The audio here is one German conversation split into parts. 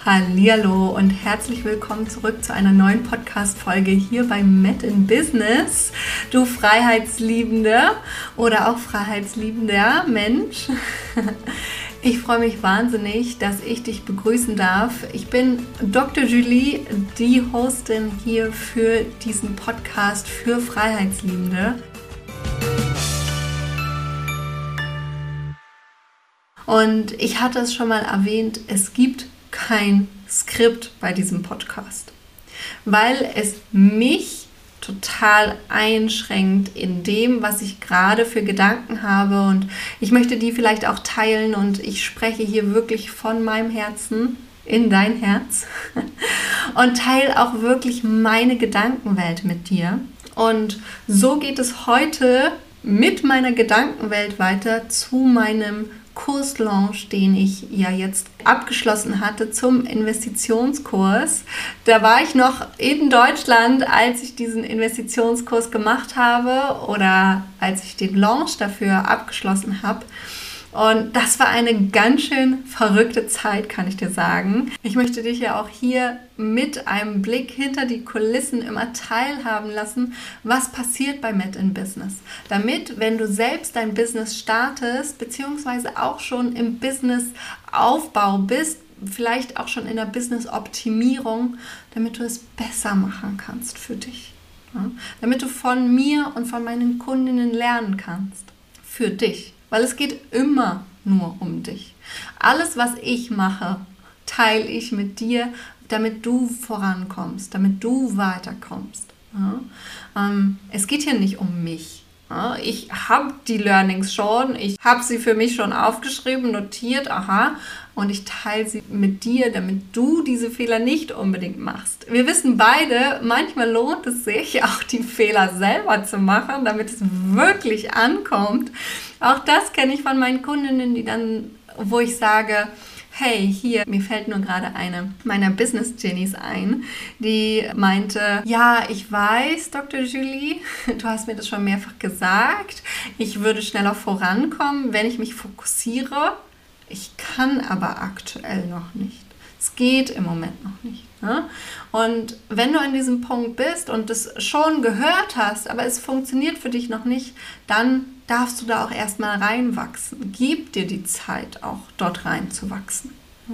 Hallihallo und herzlich willkommen zurück zu einer neuen Podcast-Folge hier bei Met in Business. Du Freiheitsliebende oder auch freiheitsliebender Mensch. Ich freue mich wahnsinnig, dass ich dich begrüßen darf. Ich bin Dr. Julie, die Hostin hier für diesen Podcast für Freiheitsliebende. Und ich hatte es schon mal erwähnt, es gibt kein Skript bei diesem Podcast, weil es mich total einschränkt in dem, was ich gerade für Gedanken habe, und ich möchte die vielleicht auch teilen, und ich spreche hier wirklich von meinem Herzen in dein Herz und teile auch wirklich meine Gedankenwelt mit dir. Und so geht es heute mit meiner Gedankenwelt weiter zu meinem Kurslaunch, den ich ja jetzt abgeschlossen hatte zum Investitionskurs. Da war ich noch in Deutschland, als ich diesen Investitionskurs gemacht habe oder als ich den Launch dafür abgeschlossen habe. Und das war eine ganz schön verrückte Zeit, kann ich dir sagen. Ich möchte dich ja auch hier mit einem Blick hinter die Kulissen immer teilhaben lassen, was passiert bei Met in Business. Damit, wenn du selbst dein Business startest, beziehungsweise auch schon im Businessaufbau bist, vielleicht auch schon in der Business-Optimierung, damit du es besser machen kannst für dich. Ja? Damit du von mir und von meinen Kundinnen lernen kannst. Für dich. Weil es geht immer nur um dich. Alles, was ich mache, teile ich mit dir, damit du vorankommst, damit du weiterkommst. Ja? Es geht hier nicht um mich. Ja? Ich habe die Learnings schon, ich habe sie für mich schon aufgeschrieben, notiert, und ich teile sie mit dir, damit du diese Fehler nicht unbedingt machst. Wir wissen beide, manchmal lohnt es sich, auch die Fehler selber zu machen, damit es wirklich ankommt. Auch das kenne ich von meinen Kundinnen, wo ich sage, hey, hier, mir fällt nur gerade eine meiner Business-Genies ein, die meinte, ja, ich weiß, Dr. Julie, du hast mir das schon mehrfach gesagt, ich würde schneller vorankommen, wenn ich mich fokussiere. Ich kann aber aktuell noch nicht. Es geht im Moment noch nicht. Ne? Und wenn du an diesem Punkt bist und das schon gehört hast, aber es funktioniert für dich noch nicht, dann darfst du da auch erstmal reinwachsen. Gib dir die Zeit, auch dort reinzuwachsen.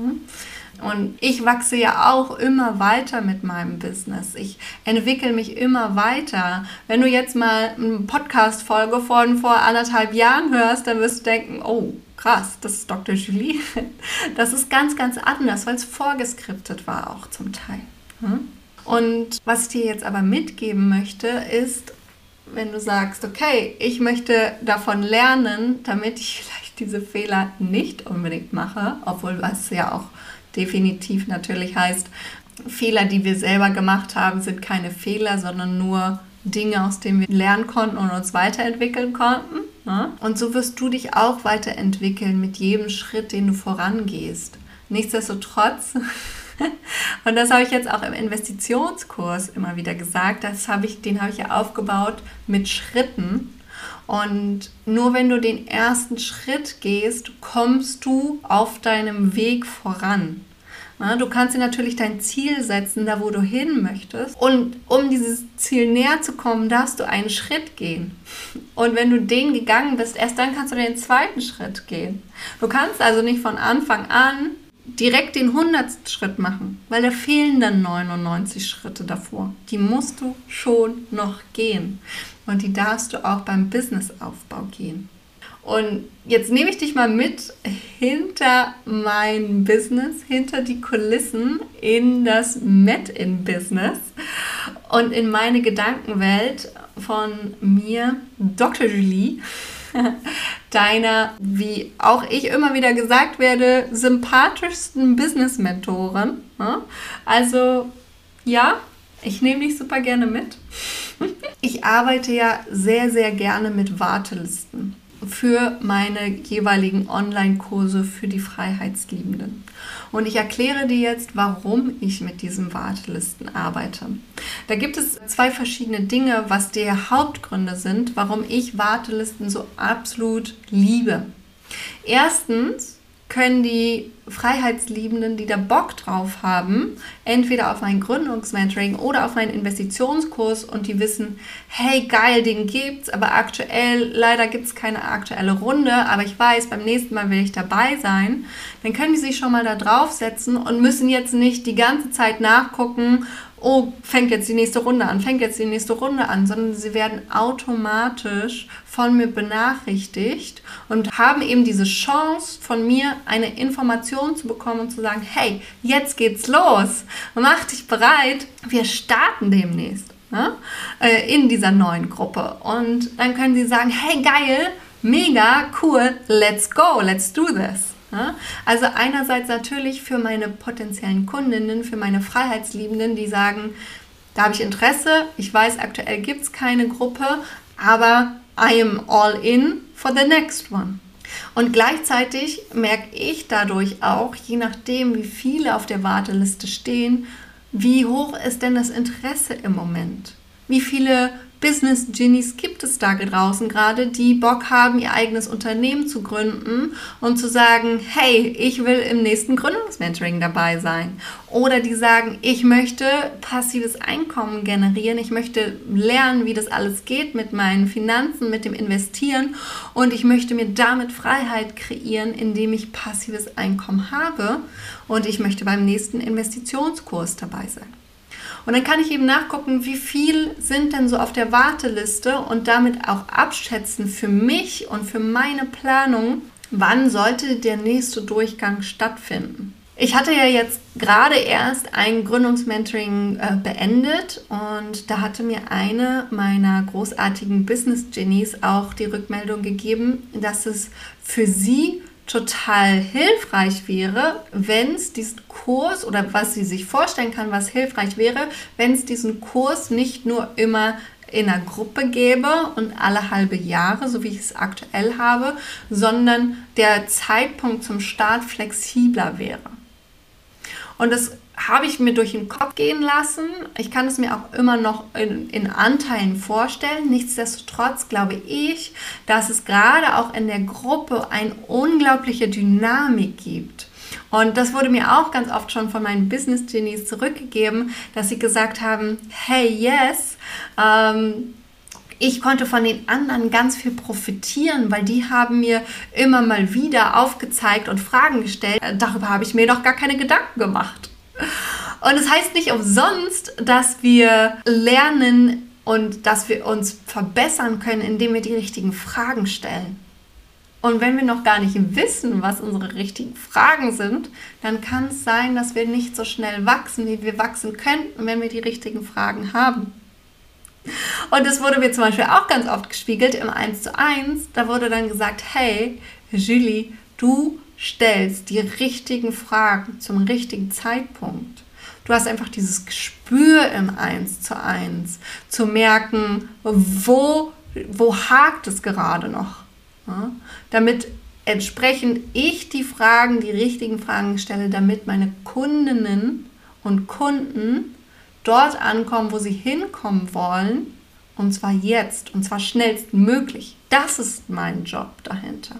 Und ich wachse ja auch immer weiter mit meinem Business. Ich entwickle mich immer weiter. Wenn du jetzt mal eine Podcast-Folge von vor 1,5 Jahren hörst, dann wirst du denken, oh, krass, das ist Dr. Julie. Das ist ganz, ganz anders, weil es vorgeskriptet war auch zum Teil. Und was ich dir jetzt aber mitgeben möchte, ist, wenn du sagst, okay, ich möchte davon lernen, damit ich vielleicht diese Fehler nicht unbedingt mache, obwohl was ja auch definitiv natürlich heißt, Fehler, die wir selber gemacht haben, sind keine Fehler, sondern nur Dinge, aus denen wir lernen konnten und uns weiterentwickeln konnten. Ja? Und so wirst du dich auch weiterentwickeln mit jedem Schritt, den du vorangehst. Nichtsdestotrotz, und das habe ich jetzt auch im Investitionskurs immer wieder gesagt, den habe ich ja aufgebaut mit Schritten. Und nur wenn du den ersten Schritt gehst, kommst du auf deinem Weg voran. Ja, du kannst dir natürlich dein Ziel setzen, da wo du hin möchtest. Und um dieses Ziel näher zu kommen, darfst du einen Schritt gehen. Und wenn du den gegangen bist, erst dann kannst du den zweiten Schritt gehen. Du kannst also nicht von Anfang an direkt den 100. Schritt machen, weil da fehlen dann 99 Schritte davor. Die musst du schon noch gehen. Und die darfst du auch beim Businessaufbau gehen. Und jetzt nehme ich dich mal mit hinter mein Business, hinter die Kulissen in das Met in Business und in meine Gedankenwelt von mir, Dr. Julie, deiner, wie auch ich immer wieder gesagt werde, sympathischsten Business-Mentorin. Also ja, ich nehme dich super gerne mit. Ich arbeite ja sehr, sehr gerne mit Wartelisten für meine jeweiligen Online-Kurse für die Freiheitsliebenden. Und ich erkläre dir jetzt, warum ich mit diesen Wartelisten arbeite. Da gibt es 2 verschiedene Dinge, was die Hauptgründe sind, warum ich Wartelisten so absolut liebe. Erstens können die Freiheitsliebenden, die da Bock drauf haben, entweder auf mein Gründungsmentoring oder auf meinen Investitionskurs und die wissen, hey geil, den gibt's, aber aktuell, leider gibt's keine aktuelle Runde, aber ich weiß, beim nächsten Mal will ich dabei sein, dann können die sich schon mal da draufsetzen und müssen jetzt nicht die ganze Zeit nachgucken, oh, fängt jetzt die nächste Runde an, sondern sie werden automatisch von mir benachrichtigt und haben eben diese Chance von mir, eine Information zu bekommen und zu sagen, hey, jetzt geht's los, mach dich bereit, wir starten demnächst, ne? In dieser neuen Gruppe. Und dann können sie sagen, hey, geil, mega, cool, let's go, let's do this. Also einerseits natürlich für meine potenziellen Kundinnen, für meine Freiheitsliebenden, die sagen, da habe ich Interesse, ich weiß, aktuell gibt es keine Gruppe, aber I am all in for the next one. Und gleichzeitig merke ich dadurch auch, je nachdem, wie viele auf der Warteliste stehen, wie hoch ist denn das Interesse im Moment? Wie viele Business-Genies gibt es da draußen gerade, die Bock haben, ihr eigenes Unternehmen zu gründen und zu sagen, hey, ich will im nächsten Gründungsmentoring dabei sein. Oder die sagen, ich möchte passives Einkommen generieren, ich möchte lernen, wie das alles geht mit meinen Finanzen, mit dem Investieren und ich möchte mir damit Freiheit kreieren, indem ich passives Einkommen habe und ich möchte beim nächsten Investitionskurs dabei sein. Und dann kann ich eben nachgucken, wie viel sind denn so auf der Warteliste und damit auch abschätzen für mich und für meine Planung, wann sollte der nächste Durchgang stattfinden. Ich hatte ja jetzt gerade erst ein Gründungsmentoring beendet und da hatte mir eine meiner großartigen Business-Genies auch die Rückmeldung gegeben, dass es für sie total hilfreich wäre, wenn es diesen Kurs oder was sie sich vorstellen kann, was hilfreich wäre, wenn es diesen Kurs nicht nur immer in einer Gruppe gäbe und alle halbe Jahre, so wie ich es aktuell habe, sondern der Zeitpunkt zum Start flexibler wäre. Und das habe ich mir durch den Kopf gehen lassen. Ich kann es mir auch immer noch in Anteilen vorstellen. Nichtsdestotrotz glaube ich, dass es gerade auch in der Gruppe eine unglaubliche Dynamik gibt. Und das wurde mir auch ganz oft schon von meinen Business-Genies zurückgegeben, dass sie gesagt haben, hey, yes, ich konnte von den anderen ganz viel profitieren, weil die haben mir immer mal wieder aufgezeigt und Fragen gestellt. Darüber habe ich mir noch gar keine Gedanken gemacht. Und es heißt nicht umsonst, dass wir lernen und dass wir uns verbessern können, indem wir die richtigen Fragen stellen. Und wenn wir noch gar nicht wissen, was unsere richtigen Fragen sind, dann kann es sein, dass wir nicht so schnell wachsen, wie wir wachsen könnten, wenn wir die richtigen Fragen haben. Und das wurde mir zum Beispiel auch ganz oft gespiegelt im 1:1. Da wurde dann gesagt, hey, Julie, du stellst die richtigen Fragen zum richtigen Zeitpunkt. Du hast einfach dieses Gespür im 1:1, zu merken, wo hakt es gerade noch. Ja? Damit entsprechend ich die richtigen Fragen stelle, damit meine Kundinnen und Kunden dort ankommen, wo sie hinkommen wollen, und zwar jetzt, und zwar schnellstmöglich. Das ist mein Job dahinter.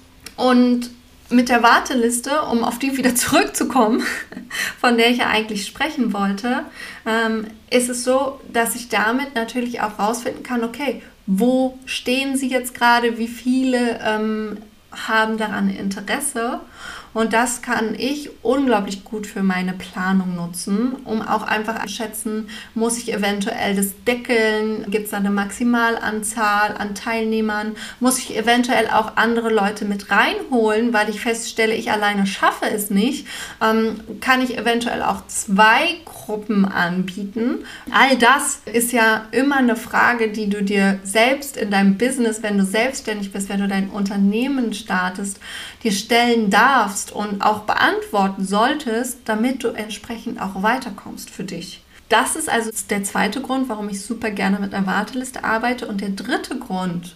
Und mit der Warteliste, um auf die wieder zurückzukommen, von der ich ja eigentlich sprechen wollte, ist es so, dass ich damit natürlich auch rausfinden kann, okay, wo stehen sie jetzt gerade, wie viele haben daran Interesse. Und das kann ich unglaublich gut für meine Planung nutzen, um auch einfach einzuschätzen, muss ich eventuell das deckeln, gibt es da eine Maximalanzahl an Teilnehmern, muss ich eventuell auch andere Leute mit reinholen, weil ich feststelle, ich alleine schaffe es nicht, kann ich eventuell auch 2 Gruppen anbieten. All das ist ja immer eine Frage, die du dir selbst in deinem Business, wenn du selbstständig bist, wenn du dein Unternehmen startest, dir stellen darfst und auch beantworten solltest, damit du entsprechend auch weiterkommst für dich. Das ist also der zweite Grund, warum ich super gerne mit einer Warteliste arbeite. Und der dritte Grund,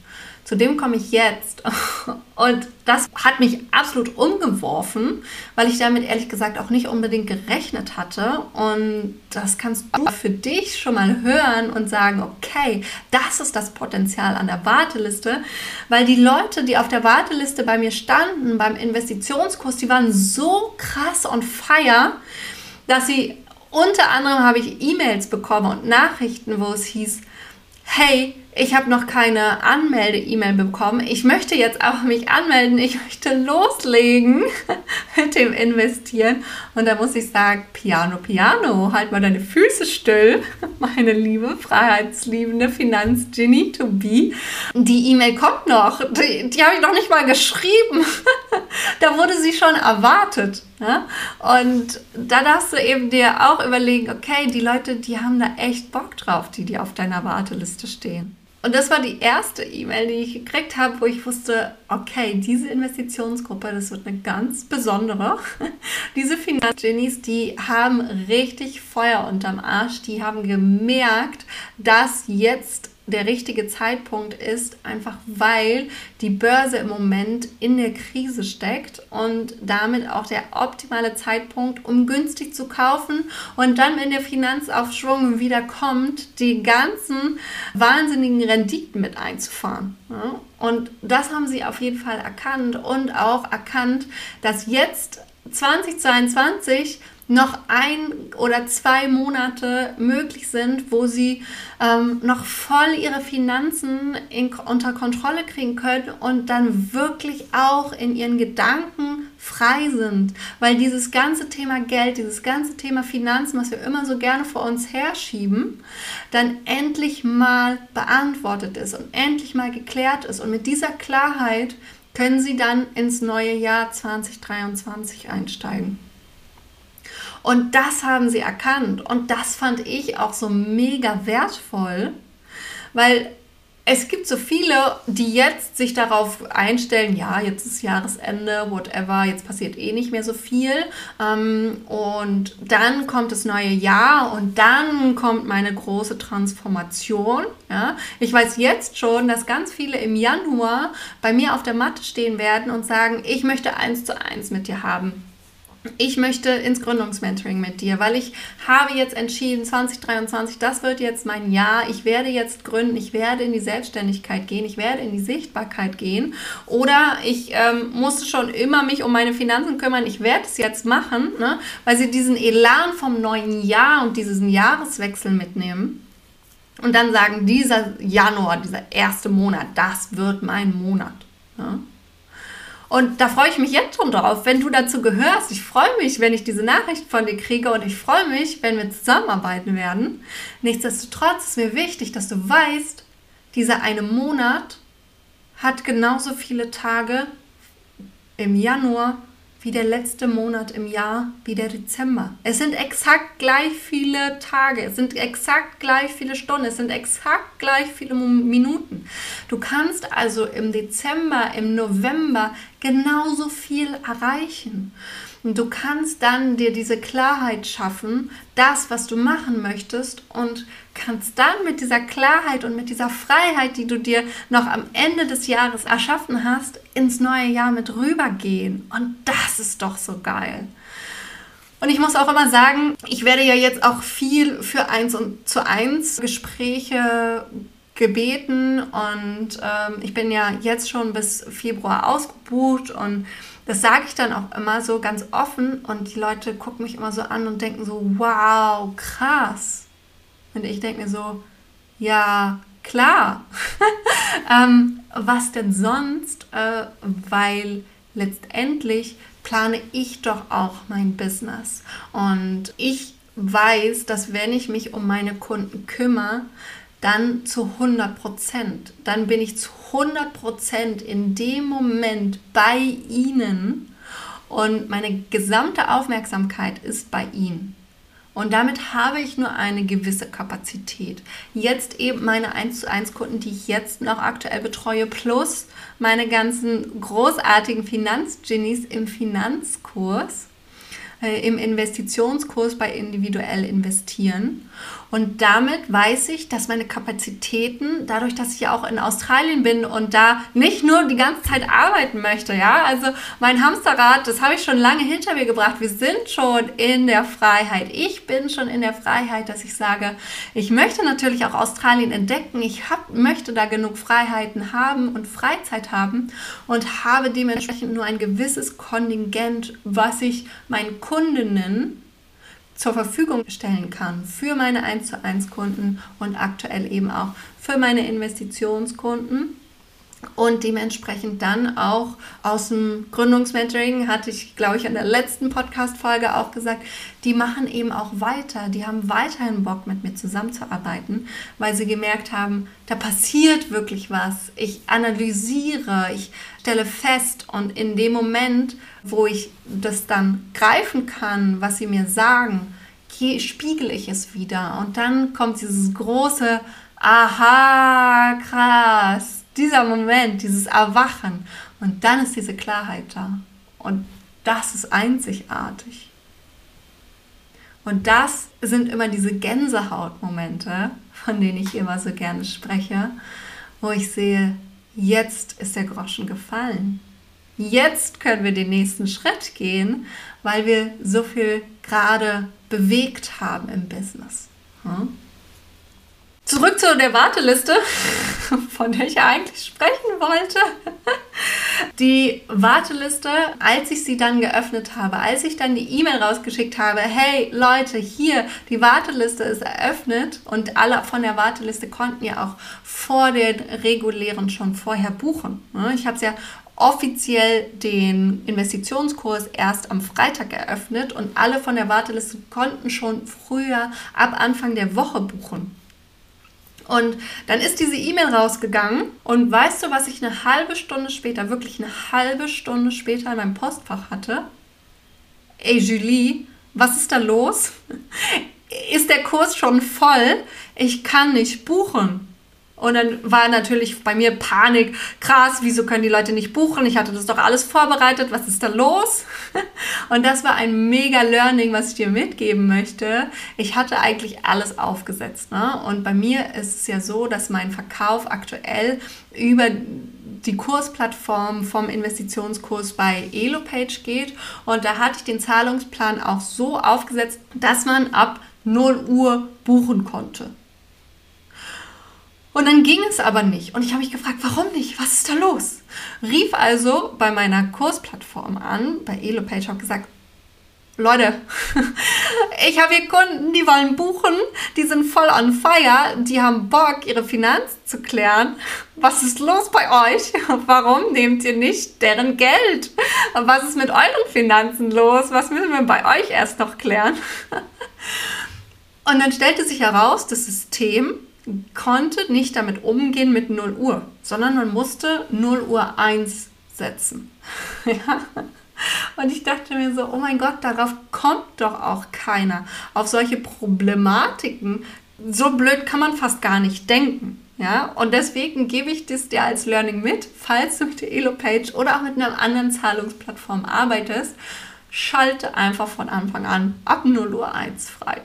Zu dem komme ich jetzt. Und das hat mich absolut umgeworfen, weil ich damit ehrlich gesagt auch nicht unbedingt gerechnet hatte. Und das kannst du für dich schon mal hören und sagen, okay, das ist das Potenzial an der Warteliste. Weil die Leute, die auf der Warteliste bei mir standen, beim Investitionskurs, die waren so krass on fire, dass sie unter anderem habe ich E-Mails bekommen und Nachrichten, wo es hieß, hey, ich habe noch keine Anmelde-E-Mail bekommen. Ich möchte jetzt auch mich anmelden. Ich möchte loslegen mit dem Investieren. Und da muss ich sagen, Piano, Piano, halt mal deine Füße still, meine liebe, freiheitsliebende Finanzgenie to be. Die E-Mail kommt noch. Die habe ich noch nicht mal geschrieben. Da wurde sie schon erwartet. Ja? Und da darfst du eben dir auch überlegen, okay, die Leute, die haben da echt Bock drauf, die auf deiner Warteliste stehen. Und das war die erste E-Mail, die ich gekriegt habe, wo ich wusste, okay, diese Investitionsgruppe, das wird eine ganz besondere. Diese Finanzgenies, die haben richtig Feuer unterm Arsch. Die haben gemerkt, dass jetzt der richtige Zeitpunkt ist, einfach weil die Börse im Moment in der Krise steckt und damit auch der optimale Zeitpunkt, um günstig zu kaufen und dann, wenn der Finanzaufschwung wieder kommt, die ganzen wahnsinnigen Renditen mit einzufahren. Ja? Und das haben sie auf jeden Fall erkannt und auch erkannt, dass jetzt 2022 noch 1 oder 2 Monate möglich sind, wo sie noch voll ihre Finanzen unter Kontrolle kriegen können und dann wirklich auch in ihren Gedanken frei sind. Weil dieses ganze Thema Geld, dieses ganze Thema Finanzen, was wir immer so gerne vor uns herschieben, dann endlich mal beantwortet ist und endlich mal geklärt ist. Und mit dieser Klarheit können sie dann ins neue Jahr 2023 einsteigen. Und das haben sie erkannt und das fand ich auch so mega wertvoll, weil es gibt so viele, die jetzt sich darauf einstellen, ja, jetzt ist Jahresende, whatever, jetzt passiert eh nicht mehr so viel und dann kommt das neue Jahr und dann kommt meine große Transformation. Ja. Ich weiß jetzt schon, dass ganz viele im Januar bei mir auf der Matte stehen werden und sagen, ich möchte 1:1 mit dir haben. Ich möchte ins Gründungsmentoring mit dir, weil ich habe jetzt entschieden, 2023, das wird jetzt mein Jahr. Ich werde jetzt gründen, ich werde in die Selbstständigkeit gehen, ich werde in die Sichtbarkeit gehen. Oder ich musste schon immer mich um meine Finanzen kümmern, ich werde es jetzt machen, ne? Weil sie diesen Elan vom neuen Jahr und diesen Jahreswechsel mitnehmen. Und dann sagen, dieser Januar, dieser erste Monat, das wird mein Monat. Ja? Und da freue ich mich jetzt schon drauf, wenn du dazu gehörst. Ich freue mich, wenn ich diese Nachricht von dir kriege und ich freue mich, wenn wir zusammenarbeiten werden. Nichtsdestotrotz ist mir wichtig, dass du weißt, dieser eine Monat hat genauso viele Tage im Januar wie der letzte Monat im Jahr, wie der Dezember. Es sind exakt gleich viele Tage, es sind exakt gleich viele Stunden, es sind exakt gleich viele Minuten. Du kannst also im Dezember, im November genauso viel erreichen. Und du kannst dann dir diese Klarheit schaffen, das, was du machen möchtest, und kannst dann mit dieser Klarheit und mit dieser Freiheit, die du dir noch am Ende des Jahres erschaffen hast, ins neue Jahr mit rübergehen. Und das ist doch so geil. Und ich muss auch immer sagen, ich werde ja jetzt auch viel für 1:1 Gespräche gebeten und ich bin ja jetzt schon bis Februar ausgebucht und das sage ich dann auch immer so ganz offen und die Leute gucken mich immer so an und denken so, wow, krass. Und ich denke mir so, ja, klar. Was denn sonst? Weil letztendlich plane ich doch auch mein Business. Und ich weiß, dass wenn ich mich um meine Kunden kümmere, dann zu 100%. Dann bin ich zu 100% in dem Moment bei ihnen und meine gesamte Aufmerksamkeit ist bei ihnen. Und damit habe ich nur eine gewisse Kapazität. Jetzt eben meine 1:1 Kunden, die ich jetzt noch aktuell betreue, plus meine ganzen großartigen Finanzgenies im Finanzkurs. im Investitionskurs bei Individuell Investieren. Und damit weiß ich, dass meine Kapazitäten, dadurch, dass ich ja auch in Australien bin und da nicht nur die ganze Zeit arbeiten möchte, ja, also mein Hamsterrad, das habe ich schon lange hinter mir gebracht. Wir sind schon in der Freiheit. Ich bin schon in der Freiheit, dass ich sage, ich möchte natürlich auch Australien entdecken. Ich möchte da genug Freiheiten haben und Freizeit haben und habe dementsprechend nur ein gewisses Kontingent, was ich meinen Kundinnen zur Verfügung stellen kann für meine 1:1 Kunden und aktuell eben auch für meine Investitionskunden. Und dementsprechend dann auch aus dem Gründungsmentoring, hatte ich, glaube ich, in der letzten Podcast-Folge auch gesagt, die machen eben auch weiter. Die haben weiterhin Bock, mit mir zusammenzuarbeiten, weil sie gemerkt haben, da passiert wirklich was. Ich analysiere, ich stelle fest und in dem Moment, wo ich das dann greifen kann, was sie mir sagen, spiegele ich es wieder. Und dann kommt dieses große Aha, krass. Dieser Moment, dieses Erwachen und dann ist diese Klarheit da und das ist einzigartig. Und das sind immer diese Gänsehautmomente, von denen ich immer so gerne spreche, wo ich sehe, jetzt ist der Groschen gefallen. Jetzt können wir den nächsten Schritt gehen, weil wir so viel gerade bewegt haben im Business. Zurück zu der Warteliste, von der ich ja eigentlich sprechen wollte. Die Warteliste, als ich sie dann geöffnet habe, als ich dann die E-Mail rausgeschickt habe, hey Leute, hier, die Warteliste ist eröffnet und alle von der Warteliste konnten ja auch vor den regulären schon vorher buchen. Ich habe es ja offiziell den Investitionskurs erst am Freitag eröffnet und alle von der Warteliste konnten schon früher ab Anfang der Woche buchen. Und dann ist diese E-Mail rausgegangen und weißt du, was ich eine halbe Stunde später, wirklich eine halbe Stunde später in meinem Postfach hatte? Ey Julie, was ist da los? Ist der Kurs schon voll? Ich kann nicht buchen. Und dann war natürlich bei mir Panik. Krass, wieso können die Leute nicht buchen? Ich hatte das doch alles vorbereitet. Was ist da los? Und das war ein mega Learning, was ich dir mitgeben möchte. Ich hatte eigentlich alles aufgesetzt, ne? Und bei mir ist es ja so, dass mein Verkauf aktuell über die Kursplattform vom Investitionskurs bei Elopage geht. Und da hatte ich den Zahlungsplan auch so aufgesetzt, dass man ab 0 Uhr buchen konnte. Und dann ging es aber nicht. Und ich habe mich gefragt, warum nicht? Was ist da los? Rief also bei meiner Kursplattform an, bei Elopage, habe gesagt, Leute, ich habe hier Kunden, die wollen buchen, die sind voll on fire, die haben Bock, ihre Finanzen zu klären. Was ist los bei euch? Warum nehmt ihr nicht deren Geld? Was ist mit euren Finanzen los? Was müssen wir bei euch erst noch klären? Und dann stellte sich heraus, das System konnte nicht damit umgehen mit 0 Uhr, sondern man musste 0 Uhr 1 setzen. Ja. Und ich dachte mir so, oh mein Gott, darauf kommt doch auch keiner. Auf solche Problematiken, so blöd kann man fast gar nicht denken. Ja? Und deswegen gebe ich das dir als Learning mit, falls du mit der Elopage oder auch mit einer anderen Zahlungsplattform arbeitest, schalte einfach von Anfang an ab 0 Uhr 1 frei.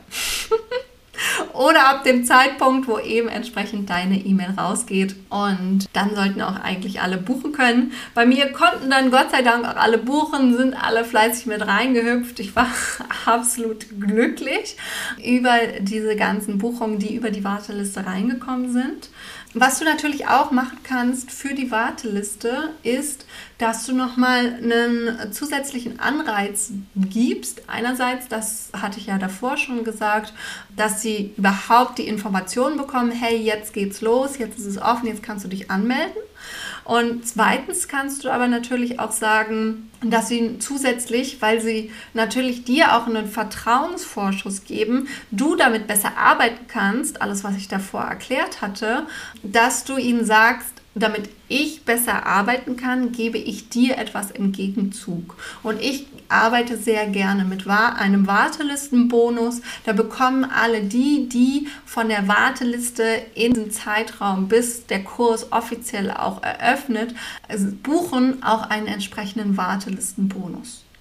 Oder ab dem Zeitpunkt, wo eben entsprechend deine E-Mail rausgeht. Und dann sollten auch eigentlich alle buchen können. Bei mir konnten dann Gott sei Dank auch alle buchen, sind alle fleißig mit reingehüpft. Ich war absolut glücklich über diese ganzen Buchungen, die über die Warteliste reingekommen sind. Was du natürlich auch machen kannst für die Warteliste, ist, dass du nochmal einen zusätzlichen Anreiz gibst. Einerseits, das hatte ich ja davor schon gesagt, dass sie überhaupt die Informationen bekommen, hey, jetzt geht's los, jetzt ist es offen, jetzt kannst du dich anmelden. Und zweitens kannst du aber natürlich auch sagen, dass sie zusätzlich, weil sie natürlich dir auch einen Vertrauensvorschuss geben, du damit besser arbeiten kannst, alles was ich davor erklärt hatte, dass du ihnen sagst, damit ich besser arbeiten kann, gebe ich dir etwas im Gegenzug. Und ich arbeite sehr gerne mit einem Wartelistenbonus. Da bekommen alle die von der Warteliste in den Zeitraum, bis der Kurs offiziell auch eröffnet, buchen auch einen entsprechenden Wartelistenbonus.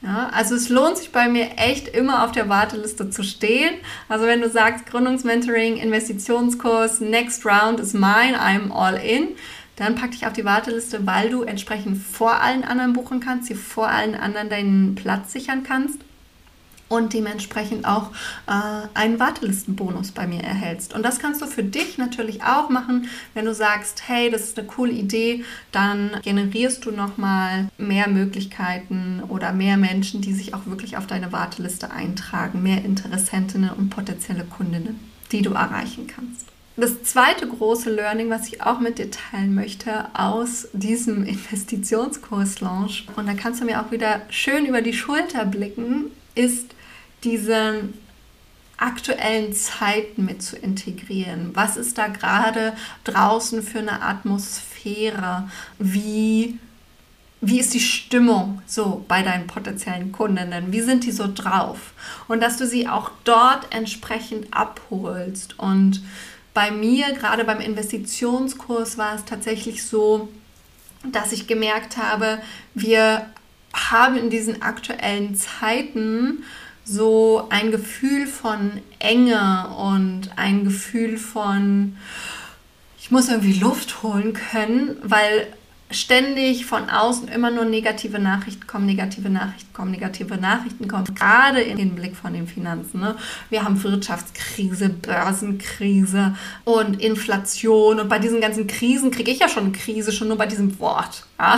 Ja, also es lohnt sich bei mir echt immer auf der Warteliste zu stehen. Also wenn du sagst, Gründungsmentoring, Investitionskurs, Next Round ist mine, I'm all in, dann pack dich auf die Warteliste, weil du entsprechend vor allen anderen buchen kannst, dir vor allen anderen deinen Platz sichern kannst und dementsprechend auch einen Wartelistenbonus bei mir erhältst. Und das kannst du für dich natürlich auch machen, wenn du sagst, hey, das ist eine coole Idee, dann generierst du nochmal mehr Möglichkeiten oder mehr Menschen, die sich auch wirklich auf deine Warteliste eintragen, mehr Interessentinnen und potenzielle Kundinnen, die du erreichen kannst. Das zweite große Learning, was ich auch mit dir teilen möchte aus diesem Investitionskurs-Launch, und da kannst du mir auch wieder schön über die Schulter blicken, ist diese aktuellen Zeiten mit zu integrieren. Was ist da gerade draußen für eine Atmosphäre? Wie ist die Stimmung so bei deinen potenziellen Kundinnen? Wie sind die so drauf? Und dass du sie auch dort entsprechend abholst. Und bei mir, gerade beim Investitionskurs, war es tatsächlich so, dass ich gemerkt habe, wir haben in diesen aktuellen Zeiten so ein Gefühl von Enge und ein Gefühl von, ich muss irgendwie Luft holen können, weil ständig von außen immer nur negative Nachrichten kommen, gerade in den Blick von den Finanzen. Ne? Wir haben Wirtschaftskrise, Börsenkrise und Inflation, und bei diesen ganzen Krisen kriege ich ja schon eine Krise, schon nur bei diesem Wort. Ja?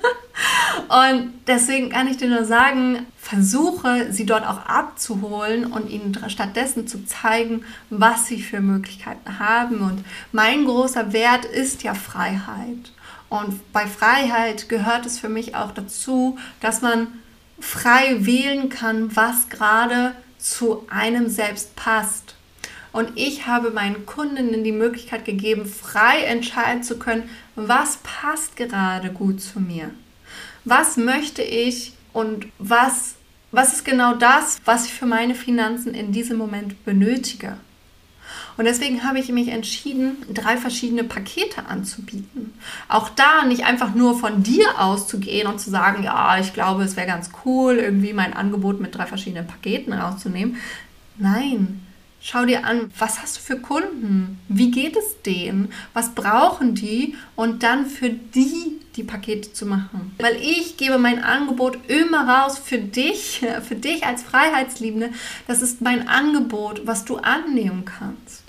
Und deswegen kann ich dir nur sagen, versuche sie dort auch abzuholen und ihnen stattdessen zu zeigen, was sie für Möglichkeiten haben. Und mein großer Wert ist ja Freiheit. Und bei Freiheit gehört es für mich auch dazu, dass man frei wählen kann, was gerade zu einem selbst passt. Und ich habe meinen Kundinnen die Möglichkeit gegeben, frei entscheiden zu können, was passt gerade gut zu mir. Was möchte ich und was ist genau das, was ich für meine Finanzen in diesem Moment benötige. Und deswegen habe ich mich entschieden, 3 verschiedene Pakete anzubieten. Auch da nicht einfach nur von dir auszugehen und zu sagen, ja, ich glaube, es wäre ganz cool, irgendwie mein Angebot mit 3 verschiedenen Paketen rauszunehmen. Nein, schau dir an, was hast du für Kunden? Wie geht es denen? Was brauchen die? Und dann für die Pakete zu machen. Weil ich gebe mein Angebot immer raus für dich als Freiheitsliebende. Das ist mein Angebot, was du annehmen kannst.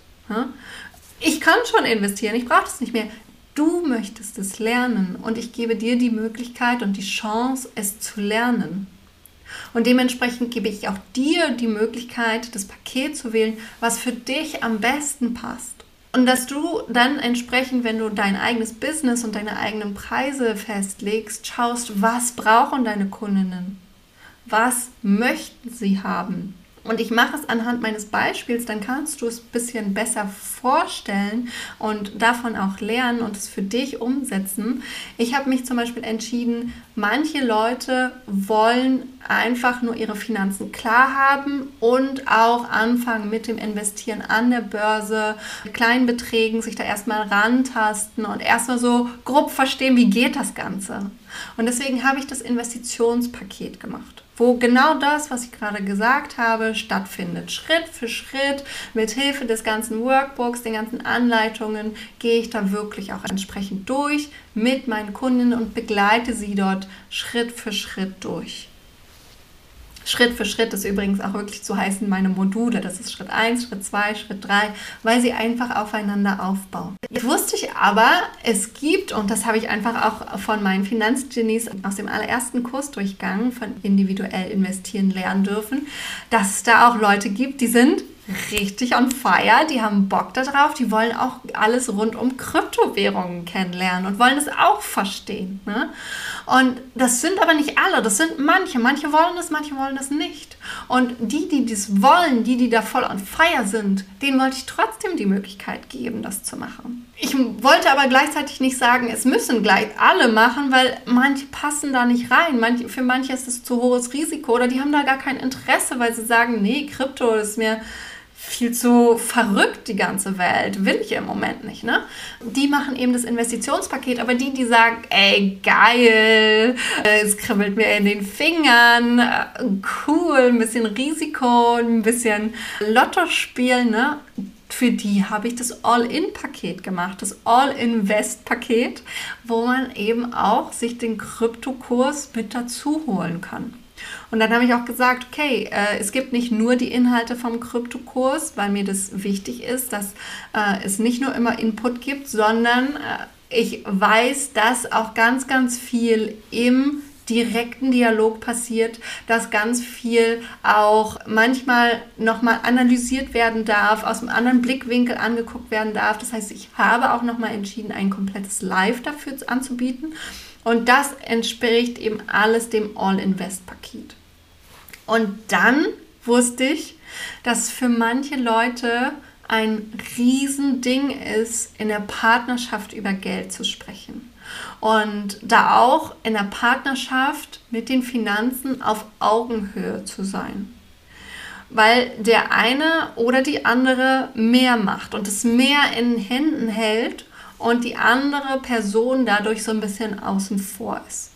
Ich kann schon investieren, ich brauche das nicht mehr. Du möchtest es lernen und ich gebe dir die Möglichkeit und die Chance, es zu lernen. Und dementsprechend gebe ich auch dir die Möglichkeit, das Paket zu wählen, was für dich am besten passt. Und dass du dann entsprechend, wenn du dein eigenes Business und deine eigenen Preise festlegst, schaust, was brauchen deine Kundinnen? Was möchten sie haben? Und ich mache es anhand meines Beispiels, dann kannst du es ein bisschen besser vorstellen und davon auch lernen und es für dich umsetzen. Ich habe mich zum Beispiel entschieden, manche Leute wollen einfach nur ihre Finanzen klar haben und auch anfangen mit dem Investieren an der Börse, mit kleinen Beträgen sich da erstmal rantasten und erstmal so grob verstehen, wie geht das Ganze. Und deswegen habe ich das Investitionspaket gemacht, wo genau das, was ich gerade gesagt habe, stattfindet. Schritt für Schritt, mit Hilfe des ganzen Workbooks, den ganzen Anleitungen, gehe ich da wirklich auch entsprechend durch mit meinen Kundinnen und begleite sie dort Schritt für Schritt durch. Schritt für Schritt ist übrigens auch wirklich zu heißen meine Module. Das ist Schritt 1, Schritt 2, Schritt 3, weil sie einfach aufeinander aufbauen. Jetzt wusste ich aber, es gibt, und das habe ich einfach auch von meinen Finanzgenies aus dem allerersten Kursdurchgang von individuell investieren lernen dürfen, dass es da auch Leute gibt, die sind richtig on fire, die haben Bock darauf, die wollen auch alles rund um Kryptowährungen kennenlernen und wollen es auch verstehen. Ne? Und das sind aber nicht alle, das sind manche wollen das, manche wollen das nicht. Und die das wollen, die da voll on fire sind, denen wollte ich trotzdem die Möglichkeit geben, das zu machen. Ich wollte aber gleichzeitig nicht sagen, es müssen gleich alle machen, weil manche passen da nicht rein. Für manche ist es zu hohes Risiko oder die haben da gar kein Interesse, weil sie sagen, nee, Krypto ist mir viel zu verrückt, die ganze Welt, will ich im Moment nicht, ne? Die machen eben das Investitionspaket, aber die sagen, ey, geil, es kribbelt mir in den Fingern, cool, ein bisschen Risiko, ein bisschen Lotto spielen, ne? Für die habe ich das All-In-Paket gemacht, das All-Invest-Paket, wo man eben auch sich den Kryptokurs mit dazu holen kann. Und dann habe ich auch gesagt, okay, es gibt nicht nur die Inhalte vom Kryptokurs, weil mir das wichtig ist, dass es nicht nur immer Input gibt, sondern ich weiß, dass auch ganz, ganz viel im direkten Dialog passiert, dass ganz viel auch manchmal nochmal analysiert werden darf, aus einem anderen Blickwinkel angeguckt werden darf. Das heißt, ich habe auch nochmal entschieden, ein komplettes Live dafür anzubieten. Und das entspricht eben alles dem All-Invest-Paket. Und dann wusste ich, dass für manche Leute ein Riesending ist, in der Partnerschaft über Geld zu sprechen. Und da auch in der Partnerschaft mit den Finanzen auf Augenhöhe zu sein. Weil der eine oder die andere mehr macht und es mehr in Händen hält und die andere Person dadurch so ein bisschen außen vor ist.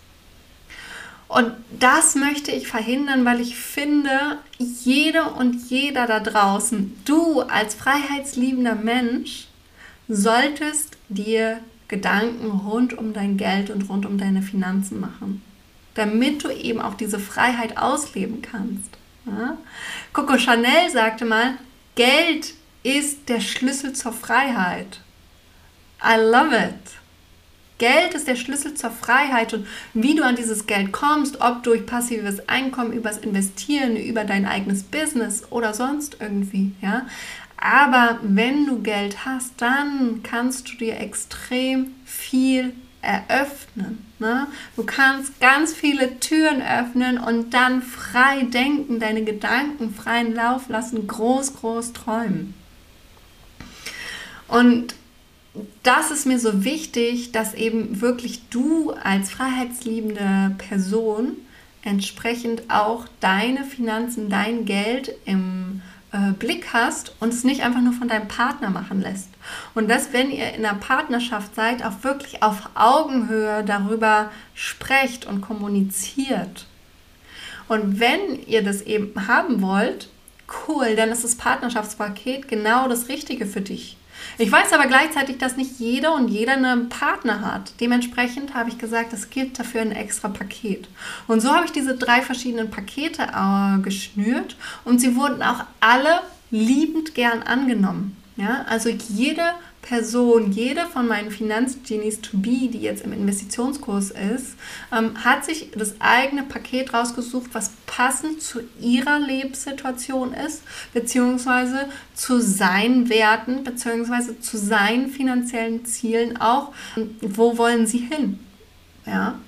Und das möchte ich verhindern, weil ich finde, jede und jeder da draußen, du als freiheitsliebender Mensch, solltest dir Gedanken rund um dein Geld und rund um deine Finanzen machen, damit du eben auch diese Freiheit ausleben kannst. Ja? Coco Chanel sagte mal, Geld ist der Schlüssel zur Freiheit. I love it. Geld ist der Schlüssel zur Freiheit und wie du an dieses Geld kommst, ob durch passives Einkommen, übers Investieren, über dein eigenes Business oder sonst irgendwie, ja. Aber wenn du Geld hast, dann kannst du dir extrem viel eröffnen. Ne? Du kannst ganz viele Türen öffnen und dann frei denken, deine Gedanken freien Lauf lassen, groß, groß träumen. Und das ist mir so wichtig, dass eben wirklich du als freiheitsliebende Person entsprechend auch deine Finanzen, dein Geld im Blick hast und es nicht einfach nur von deinem Partner machen lässt. Und dass, wenn ihr in einer Partnerschaft seid, auch wirklich auf Augenhöhe darüber sprecht und kommuniziert. Und wenn ihr das eben haben wollt, cool, dann ist das Partnerschaftspaket genau das Richtige für dich. Ich weiß aber gleichzeitig, dass nicht jeder und jeder einen Partner hat. Dementsprechend habe ich gesagt, es gibt dafür ein extra Paket. Und so habe ich diese 3 verschiedenen Pakete geschnürt und sie wurden auch alle liebend gern angenommen. Ja? Also jede Person, jede von meinen Finanzgenies to be, die jetzt im Investitionskurs ist, hat sich das eigene Paket rausgesucht, was passend zu ihrer Lebenssituation ist, beziehungsweise zu seinen Werten, beziehungsweise zu seinen finanziellen Zielen auch. Wo wollen sie hin? Ja.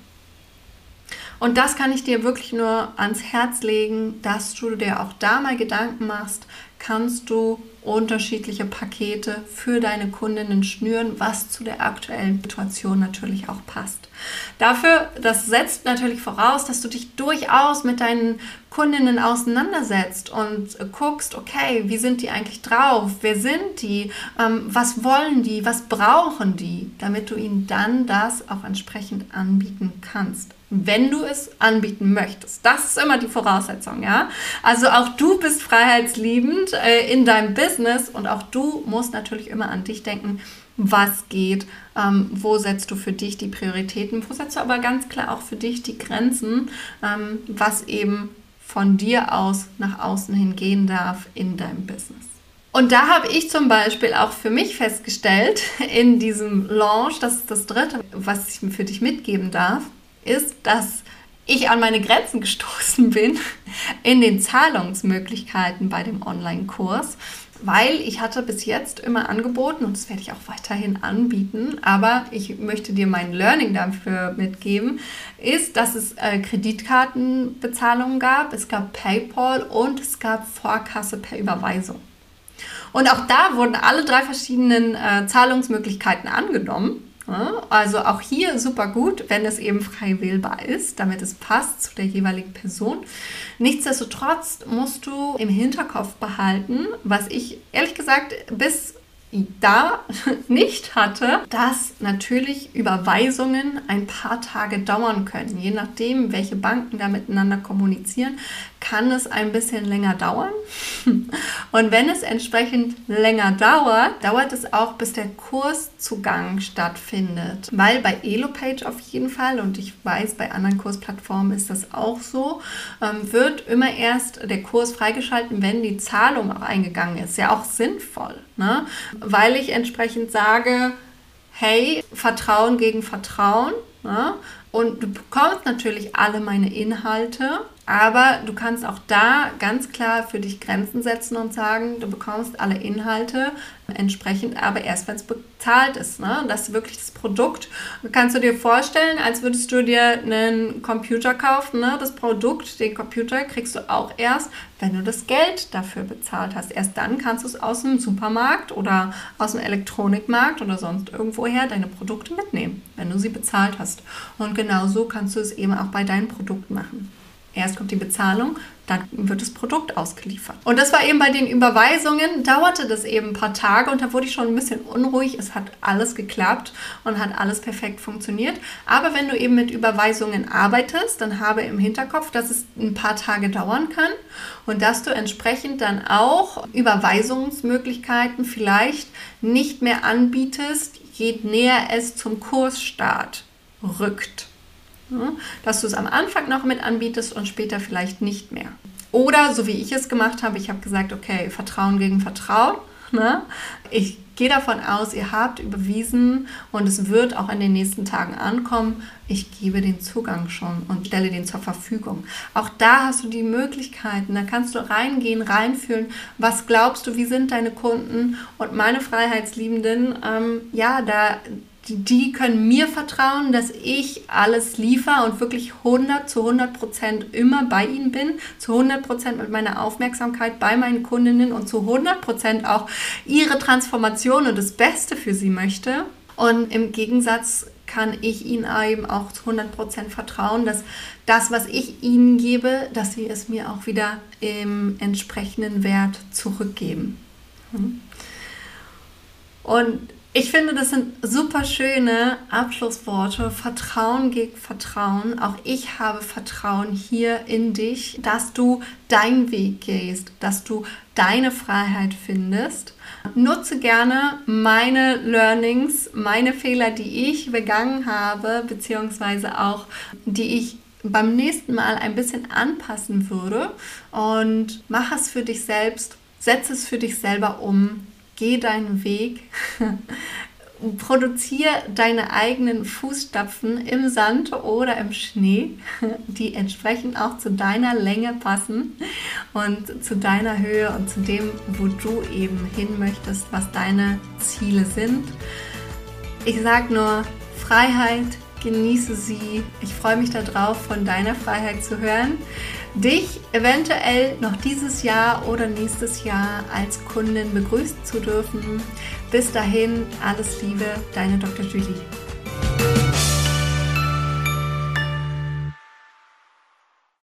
Und das kann ich dir wirklich nur ans Herz legen, dass du dir auch da mal Gedanken machst, kannst du unterschiedliche Pakete für deine Kundinnen schnüren, was zu der aktuellen Situation natürlich auch passt. Dafür, das setzt natürlich voraus, dass du dich durchaus mit deinen Kundinnen auseinandersetzt und guckst, okay, wie sind die eigentlich drauf? Wer sind die? Was wollen die? Was brauchen die? Damit du ihnen dann das auch entsprechend anbieten kannst. Wenn du es anbieten möchtest. Das ist immer die Voraussetzung, ja. Also auch du bist freiheitsliebend in deinem Business und auch du musst natürlich immer an dich denken, was geht, wo setzt du für dich die Prioritäten, wo setzt du aber ganz klar auch für dich die Grenzen, was eben von dir aus nach außen hin gehen darf in deinem Business. Und da habe ich zum Beispiel auch für mich festgestellt, in diesem Launch, das ist das dritte, was ich für dich mitgeben darf, ist, dass ich an meine Grenzen gestoßen bin in den Zahlungsmöglichkeiten bei dem Online-Kurs, weil ich hatte bis jetzt immer angeboten, und das werde ich auch weiterhin anbieten, aber ich möchte dir mein Learning dafür mitgeben, ist, dass es Kreditkartenbezahlungen gab, es gab PayPal und es gab Vorkasse per Überweisung. Und auch da wurden alle 3 verschiedenen Zahlungsmöglichkeiten angenommen. Also auch hier super gut, wenn es eben frei wählbar ist, damit es passt zu der jeweiligen Person. Nichtsdestotrotz musst du im Hinterkopf behalten, was ich ehrlich gesagt bis da nicht hatte, dass natürlich Überweisungen ein paar Tage dauern können. Je nachdem, welche Banken da miteinander kommunizieren, kann es ein bisschen länger dauern. Und wenn es entsprechend länger dauert, dauert es auch, bis der Kurszugang stattfindet. Weil bei Elopage auf jeden Fall, und ich weiß, bei anderen Kursplattformen ist das auch so, wird immer erst der Kurs freigeschalten, wenn die Zahlung auch eingegangen ist. Ja, auch sinnvoll, ne? Weil ich entsprechend sage, hey, Vertrauen gegen Vertrauen, ne? Und du bekommst natürlich alle meine Inhalte, aber du kannst auch da ganz klar für dich Grenzen setzen und sagen, du bekommst alle Inhalte entsprechend, aber erst, wenn es bezahlt ist. Ne? Das ist wirklich das Produkt. Kannst du dir vorstellen, als würdest du dir einen Computer kaufen. Ne? Das Produkt, den Computer, kriegst du auch erst, wenn du das Geld dafür bezahlt hast. Erst dann kannst du es aus dem Supermarkt oder aus dem Elektronikmarkt oder sonst irgendwoher deine Produkte mitnehmen, wenn du sie bezahlt hast. Und genauso kannst du es eben auch bei deinen Produkten machen. Erst kommt die Bezahlung, dann wird das Produkt ausgeliefert. Und das war eben bei den Überweisungen, dauerte das eben ein paar Tage und da wurde ich schon ein bisschen unruhig. Es hat alles geklappt und hat alles perfekt funktioniert. Aber wenn du eben mit Überweisungen arbeitest, dann habe im Hinterkopf, dass es ein paar Tage dauern kann und dass du entsprechend dann auch Überweisungsmöglichkeiten vielleicht nicht mehr anbietest, je näher es zum Kursstart rückt. Dass du es am Anfang noch mit anbietest und später vielleicht nicht mehr. Oder, so wie ich es gemacht habe, ich habe gesagt, okay, Vertrauen gegen Vertrauen. Ne? Ich gehe davon aus, ihr habt überwiesen und es wird auch in den nächsten Tagen ankommen. Ich gebe den Zugang schon und stelle den zur Verfügung. Auch da hast du die Möglichkeiten, da kannst du reingehen, reinfühlen. Was glaubst du, wie sind deine Kunden? Und meine Freiheitsliebenden, die können mir vertrauen, dass ich alles liefere und wirklich 100% immer bei ihnen bin, zu 100% mit meiner Aufmerksamkeit bei meinen Kundinnen und zu 100% auch ihre Transformation und das Beste für sie möchte. Und im Gegensatz kann ich ihnen eben auch zu 100% vertrauen, dass das, was ich ihnen gebe, dass sie es mir auch wieder im entsprechenden Wert zurückgeben. Und ich finde, das sind super schöne Abschlussworte. Vertrauen gegen Vertrauen. Auch ich habe Vertrauen hier in dich, dass du deinen Weg gehst, dass du deine Freiheit findest. Nutze gerne meine Learnings, meine Fehler, die ich begangen habe, beziehungsweise auch, die ich beim nächsten Mal ein bisschen anpassen würde. Und mach es für dich selbst, setze es für dich selber um. Geh deinen Weg, produziere deine eigenen Fußstapfen im Sand oder im Schnee, die entsprechend auch zu deiner Länge passen und zu deiner Höhe und zu dem, wo du eben hin möchtest, was deine Ziele sind. Ich sage nur Freiheit, genieße sie. Ich freue mich darauf, von deiner Freiheit zu hören. Dich eventuell noch dieses Jahr oder nächstes Jahr als Kundin begrüßen zu dürfen. Bis dahin, alles Liebe, deine Dr. Julie.